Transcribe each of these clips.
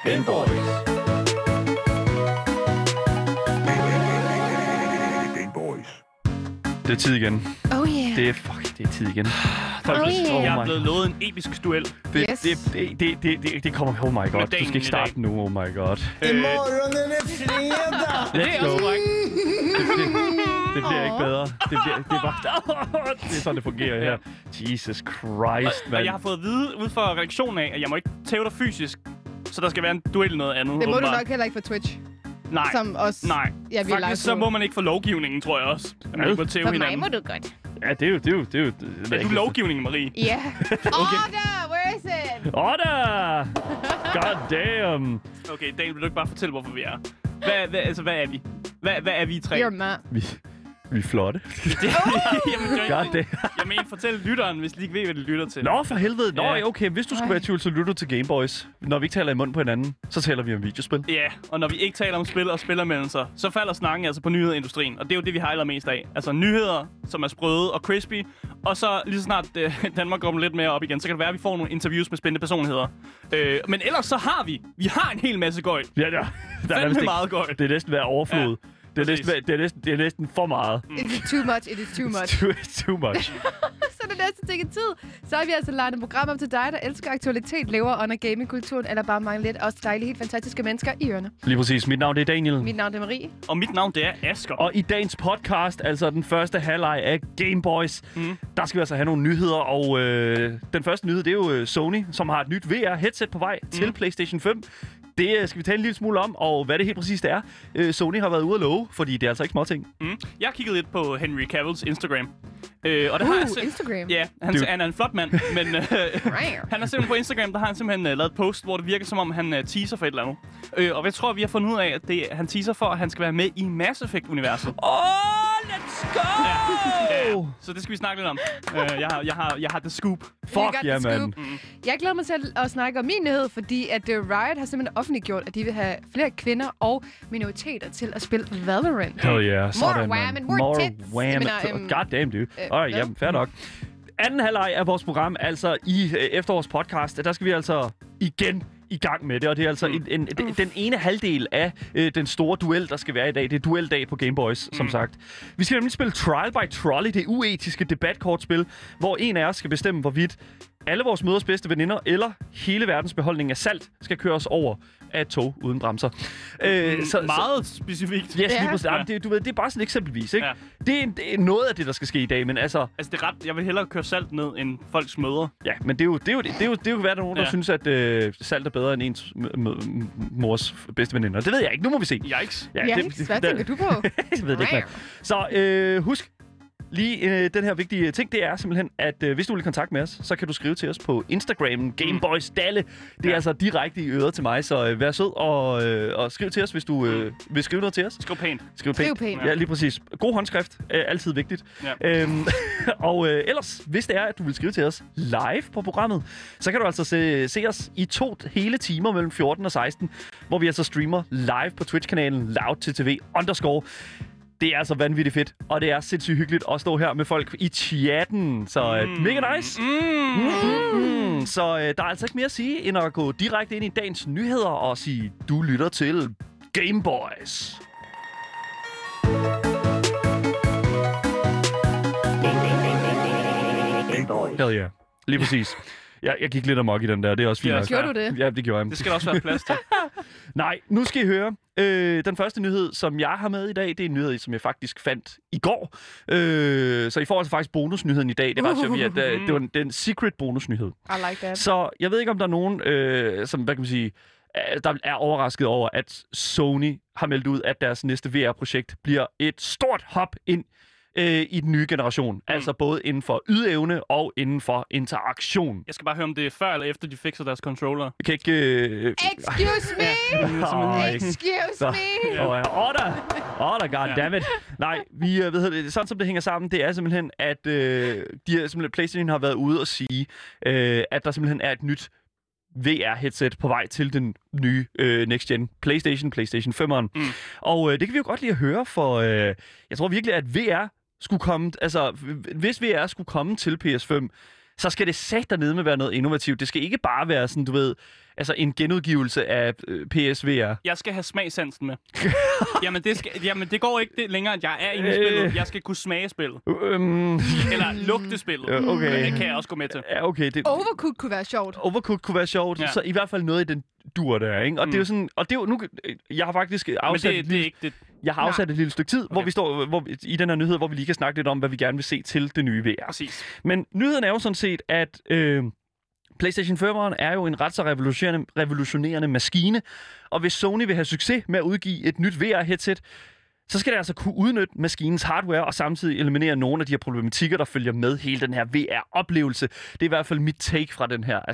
Gameboys. Det er tid igen. Oh yeah. Det er tid igen. Folk, Jeg er blevet lovet en episk duel. Det kommer... Oh my god. Du skal ikke starte nu. Oh my god. I morgen er det fredag. Det er også korrekt. Det bliver ikke bedre. Det er sådan, det fungerer her. Jesus Christ, Og mand. jeg har fået at vide ud fra redaktionen af, at jeg må ikke tæve dig fysisk. Så der skal være en duel noget andet. Det må åbenbart. du nok heller ikke for Twitch. Nej. Som os. Nej. Ja, vi er Faktisk så må man ikke få lovgivningen, tror jeg også. At man ikke må tæve for hinanden. mig må du godt. Ja, det er jo... Er du lovgivningen, Marie? Ja. Order, where is it? Order! God damn. Okay, Daniel, vil du ikke bare fortælle, hvorfor vi er? Hvad er vi? Hvad er vi tre? You're mad. Vi er flotte. God damn. Jeg mener, fortæl lytteren, hvis de ikke ved, hvad de lytter til. Nå, for helvede. Nå, Ja. okay. Hvis du skulle være i tvivl, så lytter du til Gameboys. Når vi ikke taler i munden på hinanden, så taler vi om videospil. Ja, og når vi ikke taler om spil og spillermeldelser, så falder snakken altså på nyhedsindustrien. Og det er jo det, vi har allermest af. Altså nyheder, som er sprøde og crispy. Og så lige så snart Danmark kommer lidt mere op igen, så kan det være, at vi får nogle interviews med spændende personligheder. Men ellers så har vi har en hel masse gøjl. Ja, der er Fandme meget gøjl. Det er næsten været overflod. Ja. Det er næsten for meget. It is too much, it is too much. It's too much. Så det næste ting i tid, så har vi altså lagt et program op til dig, der elsker aktualitet, lever under gamingkulturen, eller bare mangler lidt også dejlige, helt fantastiske mennesker i ørene. Lige præcis. Mit navn det er Daniel. Mit navn er Marie. Og mit navn, det er Asger. Og i dagens podcast, altså den første halvleg af Gameboys, der skal vi altså have nogle nyheder. Og den første nyhed, det er jo Sony, som har et nyt VR-headset på vej til PlayStation 5. Det skal vi tale en lille smule om, og hvad det helt præcist er. Sony har været ude at love, fordi det er altså ikke småting. Jeg har kigget lidt på Henry Cavills Instagram. Og der har jeg Instagram. Ja, han er en flot mand, men han er simpelthen på Instagram, der har han simpelthen lavet et post, hvor det virker som om, han teaser for et eller andet. Og jeg tror, vi har fundet ud af, at han teaser for, at han skal være med i Mass Effect-universet. Let's go! Ja, så det skal vi snakke lidt om. Jeg har the scoop. Fuck yeah, man. Jeg glæder mig til at snakke om min nyhed, fordi at Riot har simpelthen offentliggjort, at de vil have flere kvinder og minoriteter til at spille Valorant. Hell yeah, sådan, wham man. and more tits. God damn, dude. Alright, jamen, fair nok. Anden halvleg af vores program, altså i efterårspodcast, der skal vi altså igen i gang med det, og det er altså den ene halvdel af den store duel, der skal være i dag. Det er dueldag på Gameboys, som sagt. Vi skal nemlig spille Trial by Trolley, det uetiske debatkortspil, hvor en af os skal bestemme, hvorvidt alle vores møders bedste veninder eller hele verdens beholdning af salt skal køres over af et tog uden bremser. Meget specifikt. Yes, lige præcis. Ja. Det er bare sådan eksempelvis, ikke? Ja. Det er noget af det, der skal ske i dag, men altså... Altså, det er ret... Jeg vil hellere køre salt ned, end folks møder. Ja, men det er jo være der nogen, der synes, at salt er bedre end ens mors bedste veninder. Det ved jeg ikke. Nu må vi se. Yikes. Ja, hvad tænker du på? Jeg ved det ikke, man. Så husk, lige den her vigtige ting, det er simpelthen, at hvis du vil kontakte med os, så kan du skrive til os på Instagram, Gameboys Dalle. Det er altså direkte i øret til mig, så vær sød og skriv til os, hvis du vil skrive noget til os. Skriv pænt. Skriv pænt. Ja, lige præcis. God håndskrift. Altid vigtigt. Ja. Og ellers, hvis det er, at du vil skrive til os live på programmet, så kan du altså se os i 2 hele timer mellem 14 og 16, hvor vi altså streamer live på Twitch-kanalen loudttv_. Det er altså vanvittigt fedt, og det er sindssygt hyggeligt at stå her med folk i chatten. Så mega nice. Så der er altså ikke mere at sige, end at gå direkte ind i dagens nyheder og sige, du lytter til Gameboys. Hell yeah. Lige præcis. Jeg gik lidt amok i den der, det er også fint. Ja, gjorde du det? Ja, det gjorde jeg. Det skal der også være plads til. Nej, nu skal I høre. Den første nyhed, som jeg har med i dag, det er en nyhed, som jeg faktisk fandt i går. Så I får altså faktisk bonusnyheden i dag. Det var det var den secret bonusnyhed. I like that. Så jeg ved ikke, om der er nogen, som, hvad kan man sige, der er overrasket over, at Sony har meldt ud, at deres næste VR-projekt bliver et stort hop ind i den nye generation. Altså både inden for ydeevne og inden for interaktion. Jeg skal bare høre, om det er før eller efter, de fikser deres controller. Jeg kan ikke... Excuse me! Excuse me! Order, goddammit. Nej, vi ved sådan som det hænger sammen, det er simpelthen, at PlayStation har været ude og sige, at der simpelthen er et nyt VR-headset på vej til den nye next-gen PlayStation 5'eren. Og det kan vi jo godt lide at høre, for jeg tror virkelig, at VR skulle komme... Altså, hvis VR skulle komme til PS5, så skal det sætte dernede med være noget innovativt. Det skal ikke bare være sådan, du ved, altså en genudgivelse af PSVR. Jeg skal have smagsansen med. jamen, det går ikke det længere, at jeg er inde i spillet. Jeg skal kunne smage spillet. Eller lugte spillet. Okay. Det kan jeg også gå med til. Ja, okay. Overcooked kunne være sjovt. Overcooked kunne være sjovt, så i hvert fald noget i den dur der, ikke? Og det er jo sådan, og det er jo nu, jeg har faktisk afsat Men det er ikke det. Jeg har afsat et lille stykke tid, hvor vi står i den her nyhed, hvor vi lige kan snakke lidt om, hvad vi gerne vil se til det nye VR. Præcis. Men nyheden er jo sådan set, at PlayStation 5'eren er jo en ret så revolutionerende maskine, og hvis Sony vil have succes med at udgive et nyt VR-headset, så skal det altså kunne udnytte maskinens hardware og samtidig eliminere nogle af de her problematikker, der følger med hele den her VR-oplevelse. Det er i hvert fald mit take fra den her,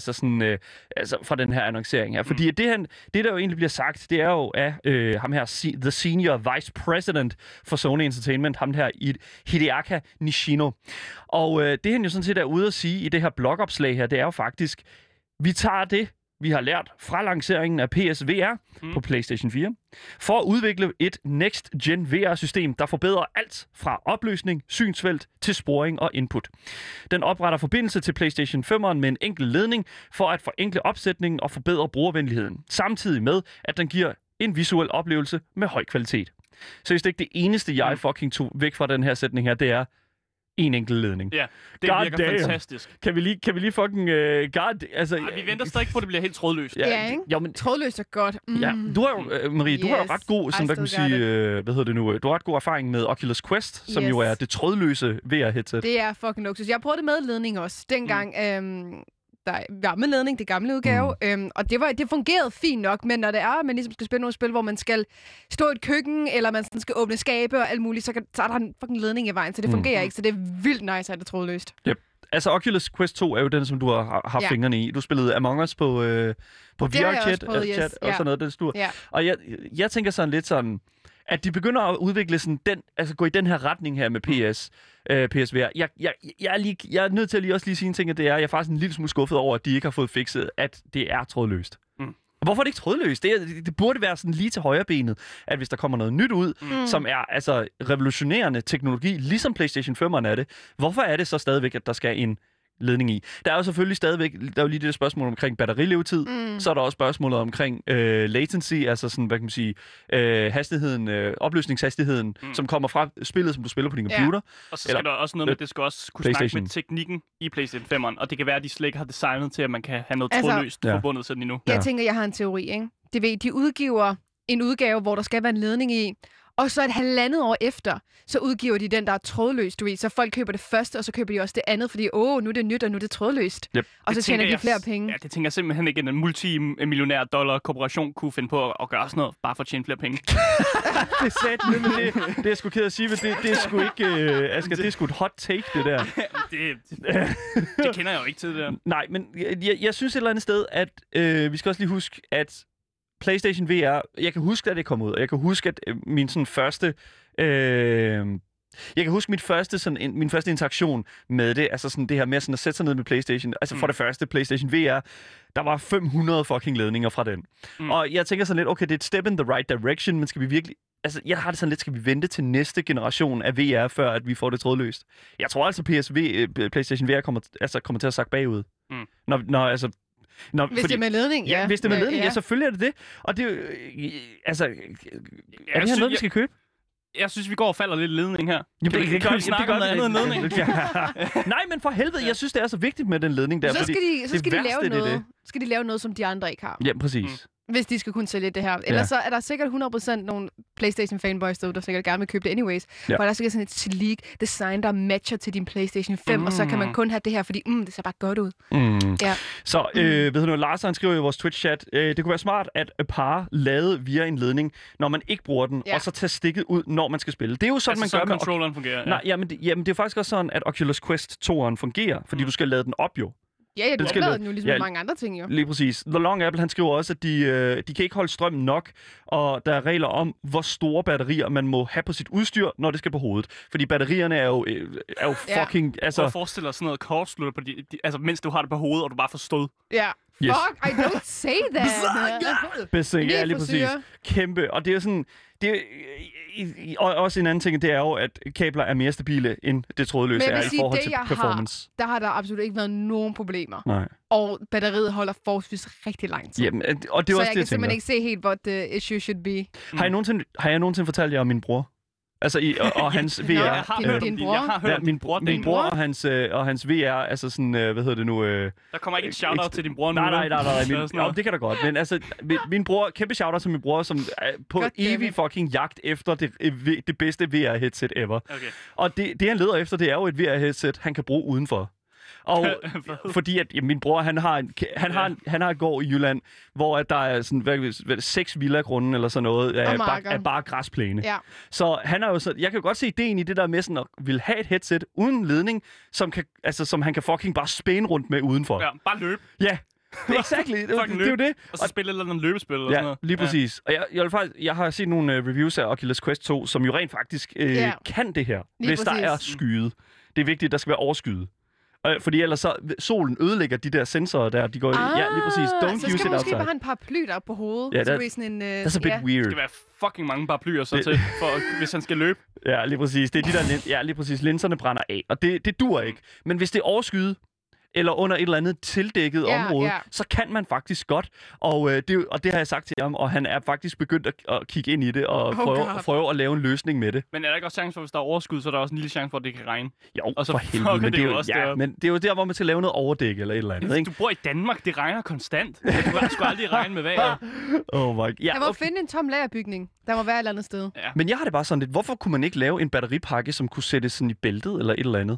fra den her annoncering her. Fordi det der jo egentlig bliver sagt, det er jo af ham her, the senior vice president for Sony Entertainment, ham her Hideaki Nishino. Og det han jo sådan set er ude at sige i det her blogopslag her, det er jo faktisk, vi tager det, vi har lært fra lanceringen af PSVR på PlayStation 4, for at udvikle et next-gen VR-system, der forbedrer alt fra opløsning, synsfelt til sporing og input. Den opretter forbindelse til PlayStation 5'eren med en enkel ledning for at forenkle opsætningen og forbedre brugervenligheden, samtidig med, at den giver en visuel oplevelse med høj kvalitet. Så hvis det ikke det eneste, jeg fucking tog væk fra den her sætning her, det er en enkelt ledning. Ja, det God virker damn. fantastisk. Kan vi lige fucking... Vi venter stadig på, at det bliver helt trådløst. Ja, ikke? Jo, men Trådløst er godt. ja, du har jo, Marie, du har jo ret god, sådan, I hvad kan man still sige, du har ret god erfaring med Oculus Quest, som jo er det trådløse VR-headset. Det er fucking luksus. Jeg prøvede det med ledning også. Dengang der var med ledning, det gamle udgave. Og det fungerede fint nok, men når det er, at man ligesom skal spille nogle spil, hvor man skal stå i et køkken, eller man sådan skal åbne skabe og alt muligt, så er der en fucking ledning i vejen, så det fungerer ikke. Så det er vildt nice, at det er trådløst. Yep. Altså, Oculus Quest 2 er jo den, som du har haft fingrene i. Du spillede Among Us på VR-chat og sådan noget, den stur. Ja. Og jeg tænker sådan lidt sådan, at de begynder at udvikle sådan gå i den her retning her med PSVR. Jeg er nødt til at lige sige en ting, at jeg er faktisk en lille smule skuffet over, at de ikke har fået fikset, at det er trådløst. Hvorfor er det ikke trådløst? Det burde være sådan lige til højre benet, at hvis der kommer noget nyt ud, som er altså revolutionerende teknologi, ligesom PlayStation 5'eren er det, hvorfor er det så stadigvæk, at der skal en ledning i? Der er jo selvfølgelig stadigvæk, der er jo lige det spørgsmål omkring batterilevetid, så er der også spørgsmålet omkring latency, altså sådan, hvad kan man sige, hastigheden, opløsningshastigheden, som kommer fra spillet, som du spiller på din computer. Og så skal der også noget med, at det skal også kunne snakke med teknikken i PlayStation 5'eren, og det kan være, at de slet ikke har designet til, at man kan have noget trådløst forbundet til den endnu. Jeg tænker, jeg har en teori, ikke? De udgiver en udgave, hvor der skal være en ledning i, og så et halvandet år efter, så udgiver de den, der er trådløst, du ved. Så folk køber det første, og så køber de også det andet, fordi nu er det nyt, og nu er det trådløst. Yep. Og så tjener de flere penge. Ja, det tænker jeg simpelthen ikke, en multimillionær dollar korporation kunne finde på at gøre sådan noget, bare for at tjene flere penge. Det er jeg sgu ked at sige, men det er sgu ikke... Asger, det er sgu et hot take, det der. det kender jeg jo ikke til, det der. Nej, men jeg synes et eller andet sted, at vi skal også lige huske, at PlayStation VR, jeg kan huske, at det kom ud, og jeg kan huske, at min sådan første... jeg kan huske min første interaktion med det, altså sådan det her med sådan at sætte sig ned med PlayStation. Altså for det første, PlayStation VR, der var 500 fucking ledninger fra den. Og jeg tænker sådan lidt, okay, det er et step in the right direction, men skal vi virkelig... Altså, jeg har det sådan lidt, skal vi vente til næste generation af VR, før at vi får det trådløst? Jeg tror altså, PlayStation VR kommer til at sakke bagud. Hvis det er med ledning, ja. Hvis det er med ledning, selvfølgelig er det det. Og det er jo... Altså, er det her noget, vi skal købe? Jeg synes, vi går og falder lidt i ledning her. Jamen, det gør noget andet end ledning. Nej, men for helvede, jeg synes, det er så vigtigt med den ledning der. Så skal de lave noget, som de andre ikke har. Ja, præcis. Hvis de skal kunne sælge det her. Ellers så er der sikkert 100% nogle PlayStation fanboys derude, der sikkert gerne vil købe det anyways. Ja. For der er sikkert sådan et sleek design, der matcher til din PlayStation 5, og så kan man kun have det her, fordi det ser bare godt ud. Ja. Så, Lars han skriver i vores Twitch-chat, det kunne være smart, at par lavede via en ledning, når man ikke bruger den, og så tager stikket ud, når man skal spille. Det er jo sådan, man gør med... controlleren fungerer. Nej, jamen, det er jo faktisk også sådan, at Oculus Quest 2'eren fungerer, fordi du skal lade den op jo. Ja, du har lavet den jo ligesom mange andre ting, jo. Lige præcis. The Long Apple, han skriver også, at de kan ikke holde strømmen nok, og der er regler om, hvor store batterier man må have på sit udstyr, når det skal på hovedet. Fordi batterierne er jo fucking... Altså... Jeg forestiller sådan noget kortslutter på altså, mens du har det på hovedet, og du bare får stød. Ja. Yes. Fuck, I don't say that. Bedste, ja, lige præcis. frisyrer. Kæmpe. Og det er sådan... Og også en anden ting, det er jo, at kabler er mere stabile, end det trådløse er i forhold til performance. Der har der absolut ikke været nogen problemer. Nej. Og batteriet holder forholdsvis rigtig lang tid. Jamen, og det er så også jeg det, kan simpelthen ikke se helt, what the issue should be. Har jeg nogensinde fortalt jer om min bror? Altså, og hans VR... Jeg har hørt din om bror? Jeg har hørt om din bror. Min bror og hans VR, altså sådan, hvad hedder det nu... Der kommer ikke et shout-out til din bror nu. Nej. Ja, Det kan da godt. Men altså, min bror, kæmpe shout-out til min bror, som er på evig fucking jagt efter det bedste VR-headset ever. Okay. Og det han leder efter, det er jo et VR-headset, han kan bruge udenfor. Og fordi at min bror, han har et gård i Jylland, hvor at der er sådan 6 villagrunde eller sådan noget af bare græsplæne. Ja. Så han er jo så, jeg kan jo godt se ideen i det der med sådan at vil have et headset uden ledning, som han kan fucking bare spæne rundt med udenfor. Ja, bare løb. Ja. Exactly. det er jo det. Og så spille et eller andet løbespil eller sådan noget. Lige præcis. Og jeg har set nogle reviews af Oculus Quest 2, som jo rent faktisk kan det her, hvis der er skyde. Det er vigtigt, at der skal være overskyde. Fordi ellers så solen ødelægger de der sensorer der. De går ja, lige præcis. Don't use it outside. Så skal måske bare have en paraply der på hovedet. Ja, så sådan en, that's a bit weird. Det skal være fucking mange paraplyer så til, hvis han skal løbe. Ja, lige præcis. Det er de der lige præcis. Linserne brænder af, og det duer ikke. Men hvis det er overskyde, eller under et eller andet tildækket område, så kan man faktisk godt. Og det har jeg sagt til ham, og han er faktisk begyndt at kigge ind i det og prøve at lave en løsning med det. Men er der ikke også chance for, hvis der er overskud, så er der også en lille chance for, at det kan regne? Jo, og så for helvede. Men det er jo, også men det er jo der, hvor man skal lave noget overdæk eller et eller andet. Ikke? Du bor i Danmark, det regner konstant. Du kan sgu aldrig regne med vejret. Oh my God. Der må finde en tom lagerbygning. Der må være et eller andet sted. Ja. Men jeg har det bare sådan lidt, hvorfor kunne man ikke lave en batteripakke, som kunne sættes sådan i bæltet eller et eller andet?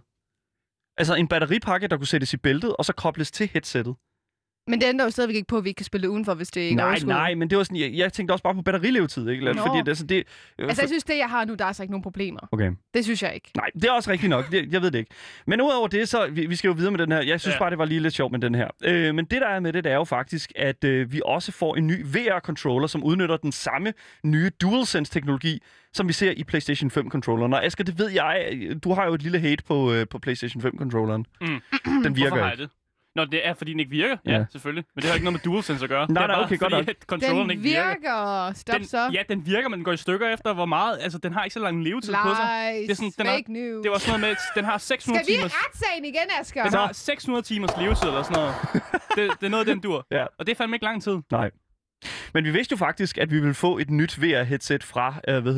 Altså en batteripakke, der kunne sættes i bæltet, og så kobles til headsettet. Men det ændrer jo stadigvæk ikke på, at vi ikke kan spille det udenfor, hvis det ikke er overskud. Nej, men det var sådan, jeg tænkte også bare på batterilevetid, ikke? Fordi jeg synes, det jeg har nu, der er altså ikke nogen problemer. Okay. Det synes jeg ikke. Nej, det er også rigtigt nok. Jeg ved det ikke. Men udover det, så vi skal jo videre med den her. Jeg synes bare, det var lige lidt sjovt med den her. Men det, der er med det er jo faktisk, at vi også får en ny VR-controller, som udnytter den samme nye DualSense-teknologi, som vi ser i PlayStation 5-controlleren. Og Asger, det ved jeg, du har jo et lille hate på PlayStation 5-controlleren. Den virker Hvorfor har jeg det? Nå, det er, fordi den ikke virker. Ja, selvfølgelig. Men det har ikke noget med DualSense at gøre. Nej, okay, godt nok. Controlleren ikke virker. Stop så. Ja, den virker, men den går i stykker efter, hvor meget... Altså, den har ikke så lang levetid på sig. Det er sådan, fake news. Det var sådan noget med, den har 600 timers... Skal vi retssagen igen, Asger? Den har 600 timers levetid eller sådan noget. Det er noget, den dur. Ja. Og det er fandme ikke lang tid. Nej. Men vi vidste jo faktisk, at vi ville få et nyt VR-headset fra,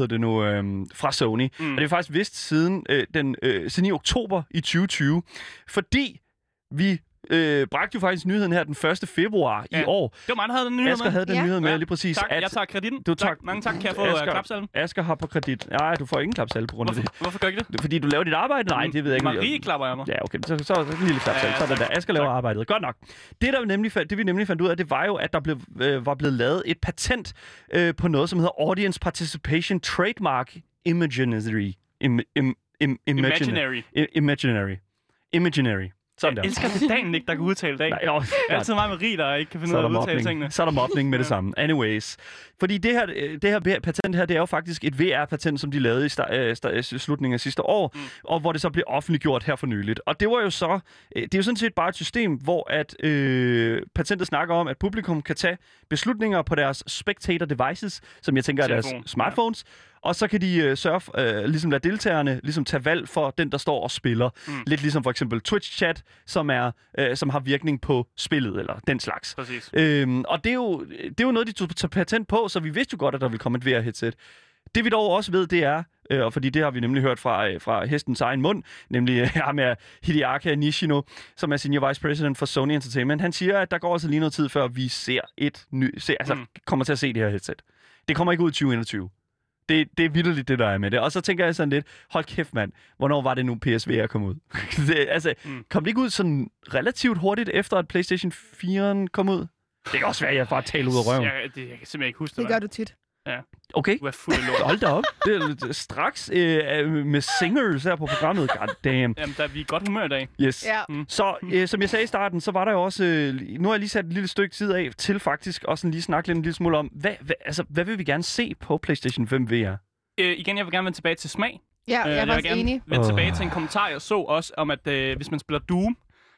fra Sony. Og det er faktisk vidst siden i oktober i 2020. Fordi vi bragte jo faktisk nyheden her den 1. februar i år. Det var mig, der havde den nyhed med. Asger havde den nyhed med, lige præcis. Tak, jeg tager kreditten. Mange tak, kan jeg få klapsalven? Asger har på kredit. Nej, du får ingen klapsalve på grund af det. Hvorfor gør jeg ikke det? Fordi du laver dit arbejde? Nej, det ved jeg ikke. Marie klapper jeg mig. Ja, okay. Så er det en lille klapsalve. Så er det der. Asger laver arbejdet. Godt nok. Det vi nemlig fandt ud af, det var jo, at der var blevet lavet et patent på noget, som hedder Audience Participation Trademark Imaginary. Sådan jeg elsker det dagen, Nick, der kan udtale dag. Jeg er altid meget med rig, der ikke kan finde ud af at udtale tingene. Så er der mobning med det samme. Anyways. Fordi det her patent her, det er jo faktisk et VR-patent, som de lavede i slutningen af sidste år, og hvor det så blev offentliggjort her for nyligt. Og det var jo så... Det er jo sådan set bare et system, hvor at patentet snakker om, at publikum kan tage beslutninger på deres spectator devices, som jeg tænker er deres smartphones, og så kan de ligesom lade deltagerne ligesom tage valg for den, der står og spiller. Lidt ligesom for eksempel Twitch-chat, som har virkning på spillet, eller den slags. Præcis. Og det er jo noget, de tog patent på, så vi vidste jo godt, at der ville komme et VR-headset. Det vi dog også ved, det er, og fordi det har vi nemlig hørt fra hestens egen mund, nemlig ham er Hideaki Nishino, som er Senior Vice President for Sony Entertainment. Han siger, at der går altså lige noget tid, før vi kommer til at se det her headset. Det kommer ikke ud i 2021. Det er vitterligt, det der er med det. Og så tænker jeg sådan lidt, hold kæft mand, hvornår var det nu PSVR kom ud? Kom det ikke ud sådan relativt hurtigt efter, at PlayStation 4 kom ud? Det kan også være, at jeg bare taler ud af røven. Jeg kan simpelthen ikke huske det. Det gør du tit. Ja. Okay. Du er fuld af lort. Hold da op. Det er straks med singers her på programmet. God damn. Jamen, der er vi i godt humør i dag. Yes. Ja. Så som jeg sagde i starten, så var der jo også... nu har jeg lige sat et lille stykke tid af til faktisk også lige snakke lidt en lille smule om, hvad vil vi gerne se på PlayStation 5 VR? Igen, jeg vil gerne vende tilbage til smag. Ja, jeg er faktisk enig. Vende tilbage til en kommentar, jeg så også om, at hvis man spiller Doom,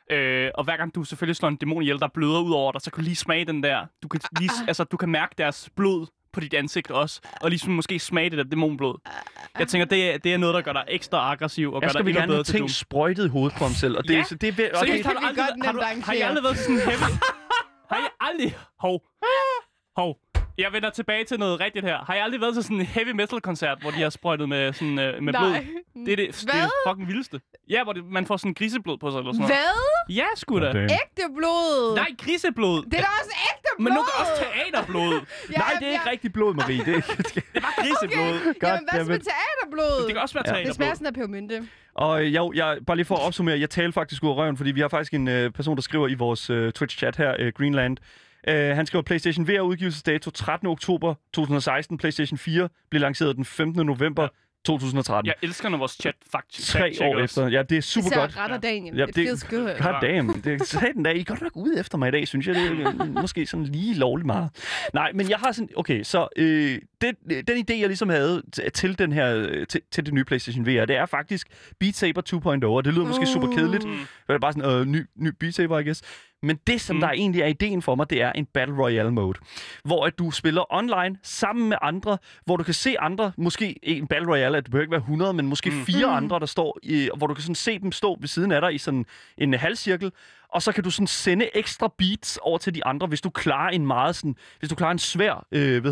Og hver gang du selvfølgelig slår en dæmon ihjel, der bløder ud over dig, så kan du lige smage den der. Du kan mærke deres blod på dit ansigt også, og ligesom måske smage det der dæmonblod. Jeg tænker, det er noget, der gør dig ekstra aggressiv og gør dig endnu bedre til Doom. Jeg skal gerne have ting sprøjtet i hovedet på ham selv. Og det, Ja. det er Seriøst, har I aldrig været til sådan en heavy... Har I aldrig... Hov. Jeg vender tilbage til noget rigtigt her. Har I aldrig været til sådan en heavy metal-koncert, hvor de har sprøjtet med, sådan, med blod? Det er det fucking vildeste. Ja, hvor man får sådan griseblod på sig eller sådan noget. Hvad? Ja, sgu da. Ægte blod? Nej, griseblod. Det er da også ægte blod! Men nu er også teaterblod. Nej, det er ikke rigtig blod, Marie. Det var griseblod. Okay. Jamen, hvad med teaterblod? Det kan også være teaterblod. Det smager sådan af pebermynte. Og jeg bare lige for at opsummere, jeg taler faktisk ud af røven, fordi vi har faktisk en person, der skriver i vores Twitch-chat her, Greenland. Han skriver, PlayStation VR udgivelsesdato 13. oktober 2016. PlayStation 4 blev lanceret den 15. november 2013. Jeg elsker, når vores chat faktisk 3 år efter. Ja, det er super godt. Retter Daniel. Ja, It feels good. God damn. Det er sådan der. I er godt nok ude efter mig i dag, synes jeg. Det er måske sådan lige lovligt meget. Nej, men jeg har sådan... Okay, så den idé, jeg ligesom havde til den her... Til det nye PlayStation VR, det er faktisk Beat Saber 2.0, og det lyder måske super kedeligt. Det er bare sådan ny Beat Saber, I guess. Men det, som der egentlig er ideen for mig, det er en Battle Royale mode. Hvor at du spiller online sammen med andre, hvor du kan se andre, måske en Battle Royale, at det behøver ikke være 100, men måske 4 andre, der står hvor du kan sådan se dem stå ved siden af dig i sådan en halvcirkel. Og så kan du sådan sende ekstra beats over til de andre, hvis du klarer en meget sådan, hvis du klarer en svær,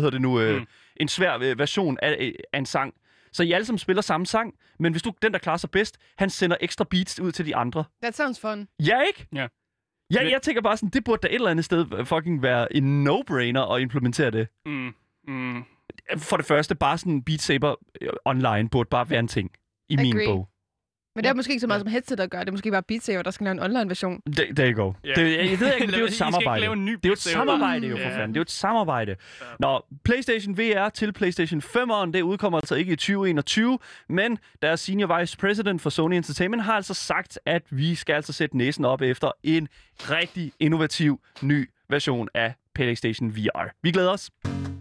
en svær version af en sang. Så I alle sammen spiller samme sang, men hvis den, der klarer sig bedst, han sender ekstra beats ud til de andre. That sounds fun. Ja, ikke? Ja. Ja, jeg tænker bare sådan, det burde da et eller andet sted fucking være en no-brainer at implementere det. For det første, bare sådan Beat Saber online burde bare være en ting i min bog. Men det er måske ikke så meget som headset at gøre. Det er måske bare Beat Saber, der skal lave en online-version. There you go. Yeah. Jeg ved ikke, det er jo et samarbejde. Det er jo et samarbejde, jo for fanden. Det er jo et samarbejde. Nå, PlayStation VR til PlayStation 5'eren, det udkommer altså ikke i 2021, men deres Senior Vice President for Sony Entertainment har altså sagt, at vi skal altså sætte næsen op efter en rigtig innovativ ny version af PlayStation VR. Vi glæder os.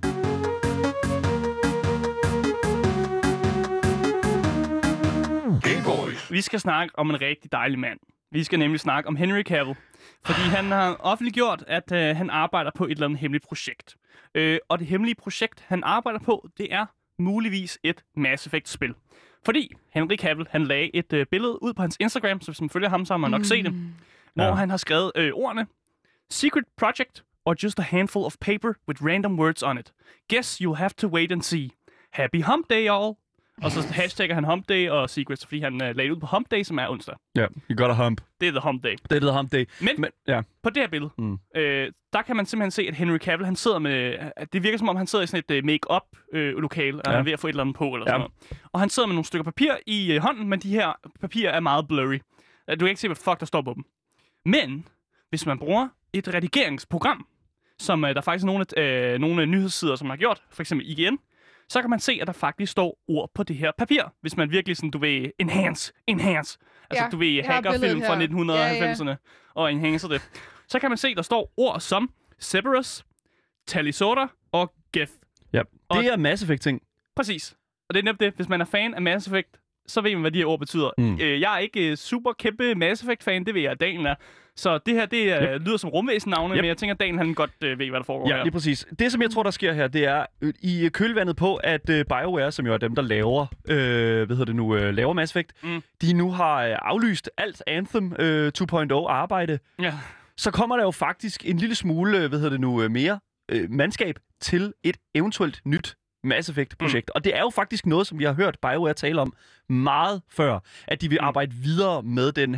Vi skal snakke om en rigtig dejlig mand. Vi skal nemlig snakke om Henry Cavill. Fordi han har offentliggjort, at han arbejder på et eller andet hemmeligt projekt. Og det hemmelige projekt, han arbejder på, det er muligvis et Mass Effect-spil. Fordi Henry Cavill, han lagde et billede ud på hans Instagram, så hvis man følger ham, så har man nok set det. Hvor han har skrevet ordene: Secret project or just a handful of paper with random words on it. Guess you'll have to wait and see. Happy hump day, all. Og så hashtagger han Hump Day og Secrets, fordi han lagde ud på Hump Day, som er onsdag. Ja, you got a hump. Det er The Hump Day. Det er The Hump Day. Men ja. På det her billede, der kan man simpelthen se, at Henry Cavill, han sidder med... Det virker som om, han sidder i sådan et make-up-lokale, og han er ved at få et eller andet på, eller sådan noget. Og han sidder med nogle stykker papir i hånden, men de her papirer er meget blurry. Du kan ikke se, hvad fuck der står på dem. Men hvis man bruger et redigeringsprogram, som der faktisk er nogle nyhedssider, som har gjort, for eksempel IGN, så kan man se, at der faktisk står ord på det her papir. Hvis man virkelig sådan, du vil enhance. Altså, du vil hackerfilm fra 1990'erne og enhancer det. Så kan man se, at der står ord som Cerberus, Talisoda og Geth. Ja, det er Mass Effect-ting. Præcis. Og det er nemt det. Hvis man er fan af Mass Effect, så ved man, hvad de her ord betyder. Jeg er ikke super kæmpe Mass Effect-fan, det ved jeg, at Daniel er. Så det her, lyder som rumvæsen-navne, men jeg tænker, at Daniel han godt ved, hvad der foregår her. Ja, lige præcis. Det, som jeg tror, der sker her, det er i kølvandet på, at BioWare, som jo er dem, der laver, laver Mass Effect, de nu har aflyst alt Anthem 2.0 arbejde. Ja. Så kommer der jo faktisk en lille smule, mere mandskab til et eventuelt nyt Mass Effect-projekt. Og det er jo faktisk noget, som vi har hørt BioWare tale om meget før, at de vil arbejde videre med den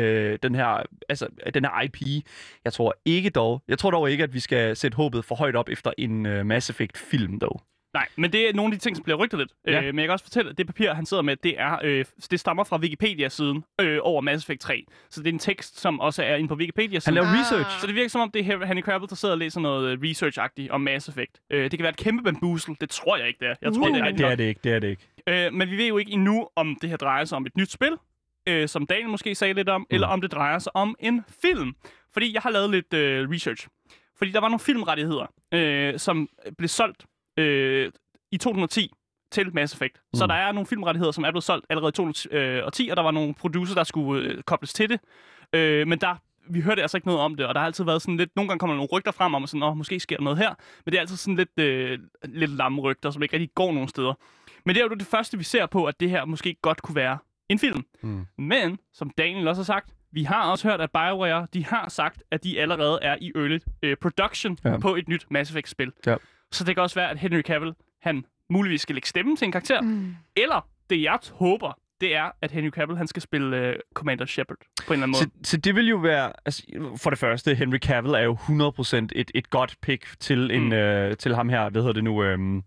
her IP. Jeg tror dog ikke, at vi skal sætte håbet for højt op efter en Mass Effect-film, dog. Nej, men det er nogle af de ting, som bliver rygtet lidt. Men jeg kan også fortælle, at det papir, han sidder med, det stammer fra Wikipedia-siden over Mass Effect 3. Så det er en tekst, som også er inde på Wikipedia-siden. Han laver research. Så det virker som om, det er Henry Cavill, der sidder og læser noget research-agtigt om Mass Effect. Det kan være et kæmpe bamboozle. Det tror jeg ikke, det er. Jeg tror, det er det ikke. Men vi ved jo ikke endnu, om det her drejer sig om et nyt spil, som Daniel måske sagde lidt om, eller om det drejer sig om en film. Fordi jeg har lavet lidt research. Fordi der var nogle filmrettigheder, som blev solgt i 2010 til Mass Effect. Så der er nogle filmrettigheder, som er blevet solgt allerede i 2010, og der var nogle producer, der skulle kobles til det. Men der vi hørte altså ikke noget om det, og der har altid været sådan lidt... Nogle gange kommer der nogle rygter frem om, sådan, måske sker der noget her, men det er altid sådan lidt lamme rygter, som ikke rigtig går nogen steder. Men det er jo det første, vi ser på, at det her måske godt kunne være en film. Men, som Daniel også har sagt, vi har også hørt, at BioWare, de har sagt, at de allerede er i early production på et nyt Mass Effect-spil. Ja. Så det kan også være, at Henry Cavill, han muligvis skal lægge stemmen til en karakter. Eller, det jeg håber, det er, at Henry Cavill, han skal spille Commander Shepard på en eller anden måde. Så det vil jo være... Altså, for det første, Henry Cavill er jo 100% et godt pick til, til ham her, hvad hedder det nu...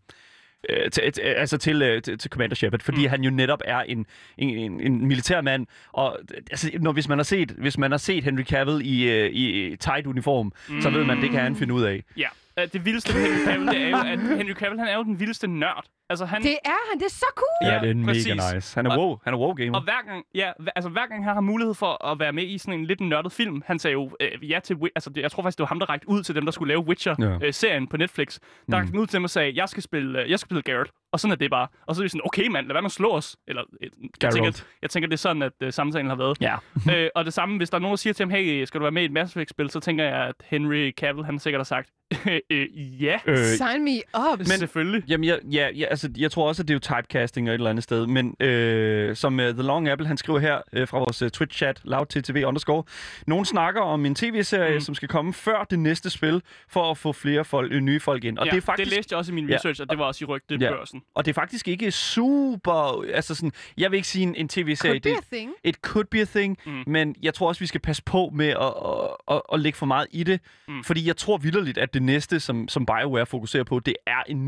til Commander Shepard, fordi han jo netop er en militærmand, og altså, hvis man har set Henry Cavill i tight uniform, så ved man, det kan han finde ud af. Ja, det vildeste med Henry Cavill, det er jo, at Henry Cavill, han er jo den vildeste nørd. Altså, det er han, det er så cool! Ja, det er mega nice. Han er WoW-gamer. Og hver gang han har mulighed for at være med i sådan en lidt nørdet film, han sagde jo ja til... Altså, jeg tror faktisk, det var ham, der rakte ud til dem, der skulle lave Witcher-serien på Netflix. Der rakte ud til dem og sagde, jeg skal spille Geralt. Og sådan er det bare. Og så er vi sådan, okay mand, lad være med at slå os. Eller, jeg tænker, det er sådan, at samtalen har været. Ja. Og det samme, hvis der er nogen, der siger til ham, hey, skal du være med i et Mass Effect-spil, så tænker jeg, at Henry Cavill, han sikkert har sagt, ja. Sign me up. Men selvfølgelig. Jamen, altså, jeg tror også, at det er jo typecasting og et eller andet sted, men som The Long Apple, han skriver her fra vores Twitch-chat, loudttv_, nogen snakker om en tv-serie, som skal komme før det næste spil, for at få flere nye folk ind. Og det er faktisk... det læste jeg også i min research, og det var også i rygtebørsen. Og det er faktisk ikke super... Altså sådan, jeg vil ikke sige en tv-serie... It could be a thing, men jeg tror også, vi skal passe på med at lægge for meget i det, fordi jeg tror vitterligt, at det næste, som BioWare fokuserer på, det er en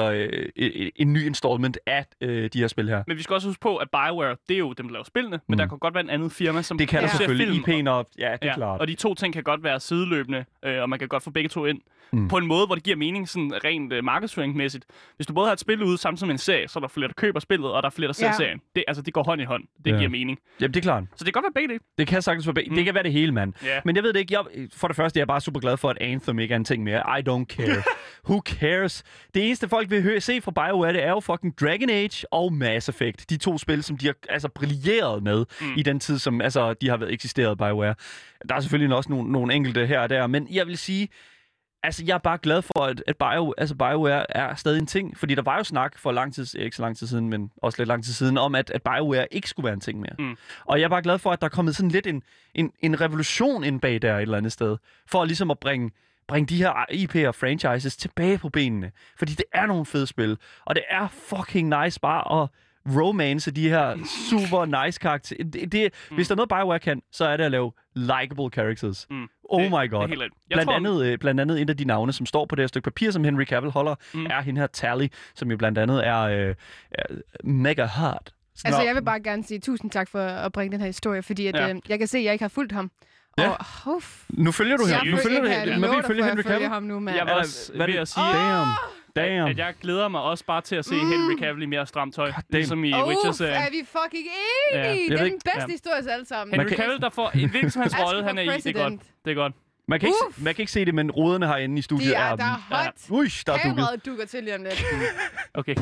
ny installment af de her spil her. Men vi skal også huske på, at BioWare, det er jo dem, der laver spillene, men der kan godt være en anden firma, som det kan der selvfølgelig. IP'en op, ja, det er klart. Og de to ting kan godt være sideløbende, og man kan godt få begge to ind på en måde, hvor det giver mening sådan rent markedsføringsmæssigt. Hvis du både har et spil ude samtidig med en serie, så er der flere, der køber spillet, og der er flere, der ser serien. Det går hånd i hånd. Det giver mening. Jamen, det er klart. Så det kan godt være begge det. Det kan sagtens være begge. Det kan være det hele, mand. Yeah. Men jeg ved det ikke. For det første, jeg er bare super glad for, at Anthem ikke er en ting mere. I don't care. Who cares? Det eneste, folk vil se fra BioWare, det er jo fucking Dragon Age og Mass Effect. De to spil, som de har brilleret med i den tid, som de har været eksisteret, BioWare. Der er selvfølgelig også nogle enkelte her og der, men jeg vil sige... Altså, jeg er bare glad for, at BioWare er stadig en ting. Fordi der var jo snak for ikke så lang tid siden, men også lidt lang tid siden, om at BioWare ikke skulle være en ting mere. Og jeg er bare glad for, at der er kommet sådan lidt en revolution ind bag der et eller andet sted. For ligesom at bringe de her IP'er og franchises tilbage på benene. Fordi det er nogle fede spil. Og det er fucking nice bare at romance de her super nice karakterer. Hvis der er noget BioWare kan, så er det at lave likable characters. Oh my god. Blandt andet et af de navne, som står på det her stykke papir, som Henry Cavill holder, er hende her Tally, som jo blandt andet er mega hot. Altså, jeg vil bare gerne sige tusind tak for at bringe den her historie, fordi at, jeg kan se, at jeg ikke har fulgt ham. Ja. Nu følger du ham. Nu følger du ham. Men vi følger Henry Cavill. Ham nu, jeg var også ved at sige, at jeg glæder mig også bare til at se Henry Cavill i mere stramt tøj, ligesom i Witcher-serien. Er vi fucking enige? Det er den bedste historie til alle sammen. Henry Cavill, der får en hvilken som hans rolle, han er i. Det er godt. Det er godt. Man kan ikke se det, men ruderne herinde i studiet er... Der er hot. Der er kameraet dukker til lige om lidt. Okay.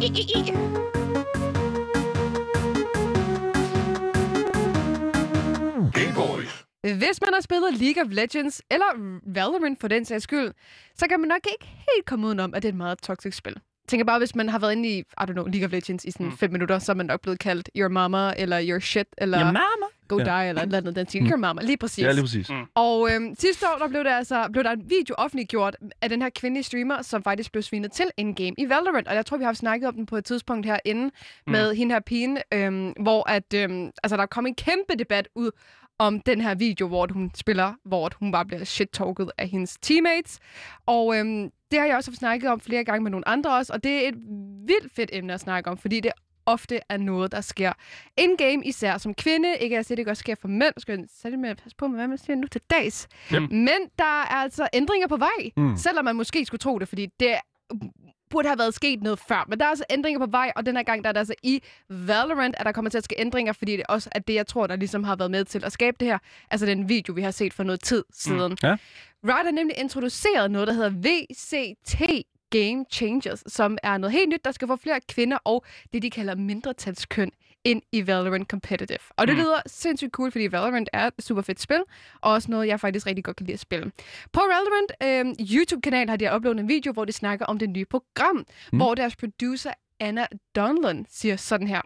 Hvis man har spillet League of Legends, eller Valorant for den sags skyld, så kan man nok ikke helt komme udenom, at det er et meget toxic spil. Jeg tænker bare, hvis man har været inde i, League of Legends i sådan 5 minutter, så er man nok blevet kaldt your mama, eller your shit, eller your mama. Go die, eller et eller andet, den siger, your mama, lige præcis. Ja, lige præcis. Og sidste år, der blev der en video offentliggjort af den her kvindelige streamer, som faktisk blev svinet til in-game i Valorant. Og jeg tror, vi har snakket om den på et tidspunkt herinde med hende her pigen, hvor at, der kom en kæmpe debat ud om den her video, hvor hun spiller, hvor hun bare bliver shit-talket af hendes teammates. Og det har jeg også snakket om flere gange med nogle andre også, og det er et vildt fedt emne at snakke om, fordi det ofte er noget, der sker in-game, især som kvinde. Ikke at det også sker for mænd. Skal jeg særligt med at passe på med, hvad man siger nu til dags. Men der er altså ændringer på vej, selvom man måske skulle tro det, fordi det burde have været sket noget før. Men der er altså ændringer på vej, og den her gang der er der altså i Valorant, at der kommer til at ske ændringer, fordi det også er det, jeg tror, der ligesom har været med til at skabe det her. Altså den video, vi har set for noget tid siden. Riot har nemlig introduceret noget, der hedder VCT Game Changers, som er noget helt nyt, der skal få flere kvinder og det, de kalder mindretalskøn ind i Valorant Competitive. Og det lyder sindssygt cool, fordi Valorant er et super fedt spil, og også noget, jeg faktisk rigtig godt kan lide at spille. På Valorant YouTube-kanal har de uploadet en video, hvor de snakker om det nye program, hvor deres producer Anna Donlan siger sådan her.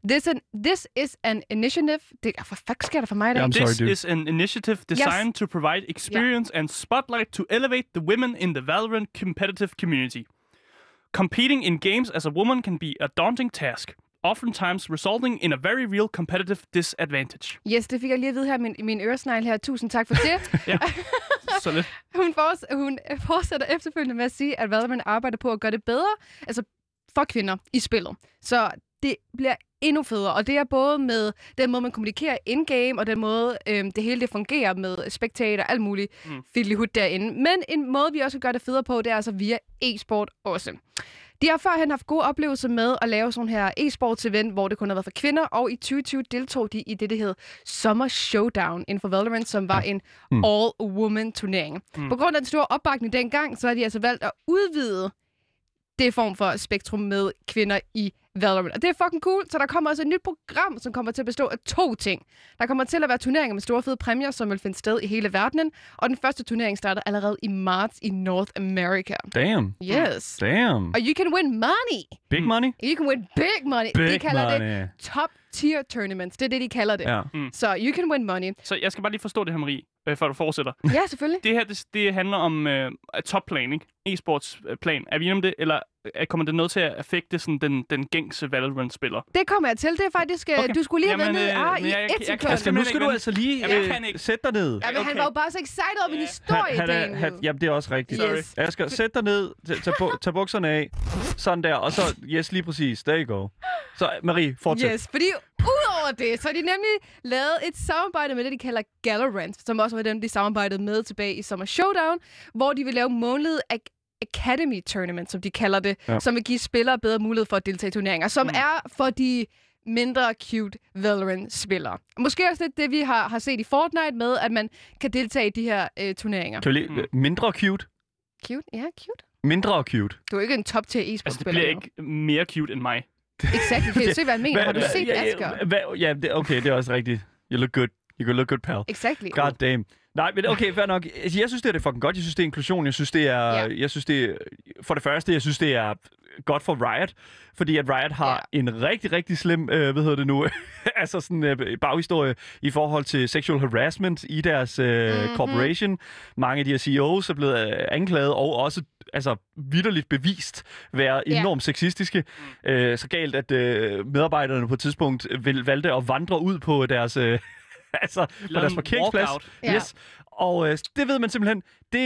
This is an initiative... Hvad fuck sker der for mig i dag? This is an initiative designed to provide experience and spotlight to elevate the women in the Valorant competitive community. Competing in games as a woman can be a daunting task, oftentimes resulting in a very real competitive disadvantage. Yes, det fik jeg lige at vide her i min øresnegl her. Tusind tak for det. Ja, så lidt. Hun fortsætter efterfølgende med at sige, at Valorant arbejder på at gøre det bedre, altså for kvinder i spillet. Så det bliver endnu federe, og det er både med den måde, man kommunikerer in-game, og den måde, det hele det fungerer med spectator og alt muligt fiddly-hud derinde. Men en måde, vi også kan gøre det federe på, det er altså via e-sport også. De har førhen haft gode oplevelser med at lave sådan her e-sports-event, hvor det kun har været for kvinder, og i 2020 deltog de i det hed Summer Showdown inden for Valorant, som var en all-woman-turnering. På grund af den store opbakning dengang, så har de altså valgt at udvide det form for spektrum med kvinder i Valorant. Og det er fucking cool, så der kommer også et nyt program, som kommer til at bestå af 2 ting. Der kommer til at være turneringer med store fede præmier, som vil finde sted i hele verdenen, og den første turnering starter allerede i marts i North America. Damn. Yes. Damn. Og you can win money. Big money? You can win big money. Big de kalder money. det top tier tournaments. Det er det, de kalder det. Ja. Så you can win money. Så jeg skal bare lige forstå det her, Marie, før du fortsætter. Ja, selvfølgelig. Det her, det handler om topplan, ikke? E-sportsplan. Er vi enige om det, eller kommer det noget til at affekte sådan den gængse Valorant-spiller? Det kommer jeg til. Det er faktisk... Okay. Du skulle lige have været ned i et sekund. Nu skal du altså lige sætte dig ned. Ja, men han var jo bare så excited over min historie, Daniel. Jamen, det er også rigtigt. Yes. Asger, sæt dig ned, tag bukserne af, sådan der, og så, yes, lige præcis, there you go. Så, Marie, fortsæt. Yes, fordi udover det, så har de nemlig lavet et samarbejde med det, de kalder Galorant, som også var dem, de samarbejdede med tilbage i Summer Showdown, hvor de vil lave månedlige Academy Tournament, som de kalder det, som vil give spillere bedre mulighed for at deltage i turneringer, som er for de mindre cute Valorant-spillere. Måske også lidt det, vi har set i Fortnite med, at man kan deltage i de her turneringer. Kan vi lige, mindre cute? Cute? Ja, cute. Mindre cute. Du er ikke en top-tier Altså, e-sportspiller. det bliver ikke mere cute end mig. Exakt. Kan du se, hvad jeg mener? Har du set Asger? Ja, okay, det er også rigtigt. You look good. You can look good, pal. Exactly. God damn. Nej, men okay, fair nok. Jeg synes, det er fucking godt. Jeg synes, det er inklusion. Jeg synes, det er... For det første, jeg synes, det er godt for Riot. Fordi at Riot har en rigtig, rigtig slem, altså sådan baghistorie i forhold til sexual harassment i deres corporation. Mange af de her CEOs er blevet anklaget og også vitterligt bevist være enormt sexistiske. Så galt, at medarbejderne på et tidspunkt valgte at vandre ud på deres... på deres parkeringsplads. Yes. Og det ved man simpelthen,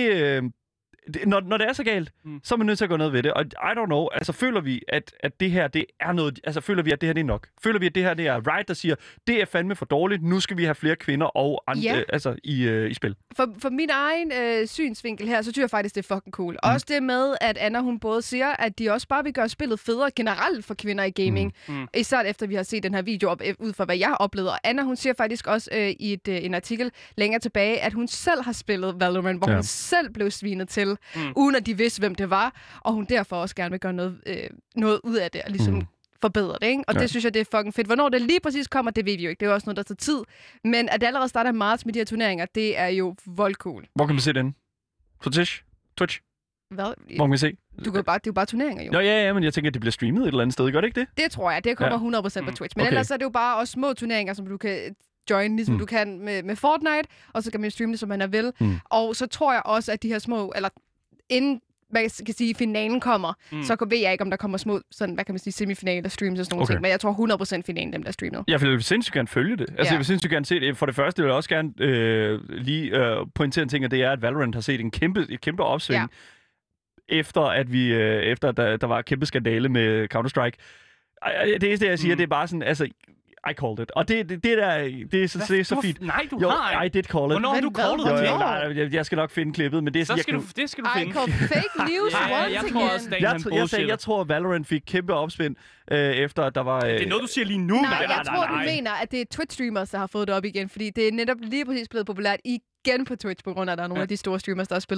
når det er så galt, så er man nødt til at gøre noget ved det. Og I don't know, føler vi, at det her, det er noget... føler vi, at det her, det er nok? Føler vi, at det her, det er Riot, der siger, det er fandme for dårligt, nu skal vi have flere kvinder og i spil? For min egen synsvinkel her, så synes jeg faktisk, det er fucking cool. Også det med, at Anna, hun både siger, at de også bare vil gøre spillet federe generelt for kvinder i gaming. Især efter vi har set den her video ud fra, hvad jeg har oplevet. Og Anna, hun siger faktisk også i en artikel længere tilbage, at hun selv har spillet Valorant, hvor hun selv blev svinet til, uden at de vidste, hvem det var. Og hun derfor også gerne vil gøre noget ud af det, og ligesom forbedre det, ikke? Og det synes jeg, det er fucking fedt. Hvornår det lige præcis kommer, det ved vi jo ikke. Det er jo også noget, der tager tid. Men at det allerede starter i marts med de her turneringer, det er jo voldcool. Hvor kan man se den? På Twitch? Hvad? Hvor kan man se? Det er jo bare turneringer, jo. Nå, ja, men jeg tænker, at det bliver streamet et eller andet sted. Gør det ikke det? Det tror jeg. Det kommer 100% på Twitch. Men ellers er det jo bare også små turneringer, som du kan join, ligesom du kan med Fortnite, og så kan man streame det, som man vil. Og så tror jeg også, at de her små, eller inden man kan sige, finalen kommer, så ved jeg ikke, om der kommer små, sådan, hvad kan man sige, semifinaler, streams og sådan nogle ting. Men jeg tror 100% finalen, dem der streamer. Jeg vil sindssygt gerne følge det. Jeg vil sindssygt gerne se det. For det første vil jeg også gerne lige pointere en ting, og det er, at Valorant har set et kæmpe opsving, efter at der var et kæmpe skandale med Counter-Strike. Det eneste, jeg siger, det er bare sådan, I called it. Og det er så fint. Nej, du har I did call it. Hvornår har du callet det? Jeg skal nok finde klippet, men det skal du finde. I call fake news once again. Jeg tror, Valorant fik kæmpe opspind, efter at der var... Det er noget, du siger lige nu. Nej, jeg tror, du mener, at det er Twitch-streamers, der har fået det op igen, fordi det er netop lige præcis blevet populært igen på Twitch, på grund af, at der er nogle af de store streamers, der har spillet det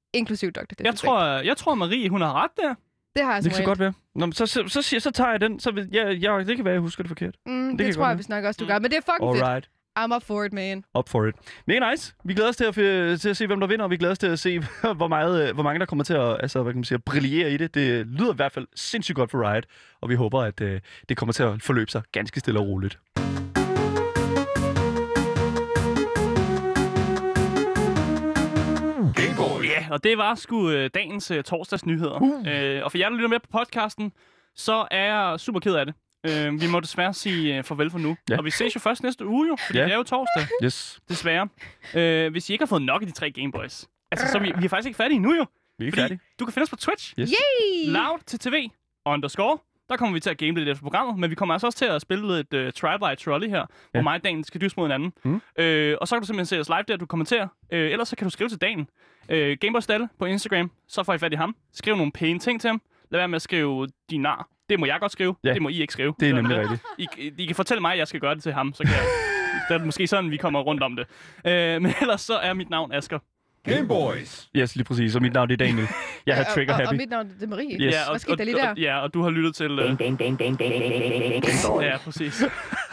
inklusiv Dr. Disrespect. Jeg tror Marie, hun har ret der. Det har jeg Det kan som så godt være. Nå, men så tager jeg den. Så det kan være, jeg husker det forkert. Det tror jeg vist nok også, du gør. Men det er fucking fedt. Alright. I'm up for it, man. Up for it. Mega nice. Vi glæder os til at se, hvem der vinder, og vi glæder os til at se, hvor mange der kommer til at, altså, hvad kan man sige, at brillere i det. Det lyder i hvert fald sindssygt godt for Riot, og vi håber, at det kommer til at forløbe sig ganske stille og roligt. Ja, og det var sgu dagens torsdagsnyheder. Og for jer, der lytter med på podcasten, så er jeg super ked af det. Vi må desværre sige farvel for nu. Ja. Og vi ses jo først næste uge, jo, fordi det er jo torsdag. Yes. Desværre. Hvis I ikke har fået nok af de 3 Gameboys, altså, så vi er faktisk ikke færdige endnu, jo. Vi er Fordi færdige. du kan finde os på Twitch. Yes. Yay! Loud til TV _ Der kommer vi til at game lidt efter programmet, men vi kommer altså også til at spille et Try-by-Trolley her, hvor mig og Daniel skal dyste mod hinanden. Og så kan du simpelthen se os live der, du kommenterer. Ellers så kan du skrive til Daniel. Gameboy Stalle på Instagram, så får I fat i ham. Skriv nogle pæne ting til ham. Lad være med at skrive din nar. Det må jeg godt skrive. Ja. Det må I ikke skrive. Det er nemlig rigtigt. I kan fortælle mig, at jeg skal gøre det til ham, så kan jeg... Det er måske sådan, vi kommer rundt om det. Men ellers så er mit navn Asger. Gameboys. Yes, lige præcis. Og mit navn er Daniel. Jeg har Trigger Og Happy. mit navn er Marie. Yes. Hvad skete der lige der? Ja, og du har lyttet til... Ja, præcis.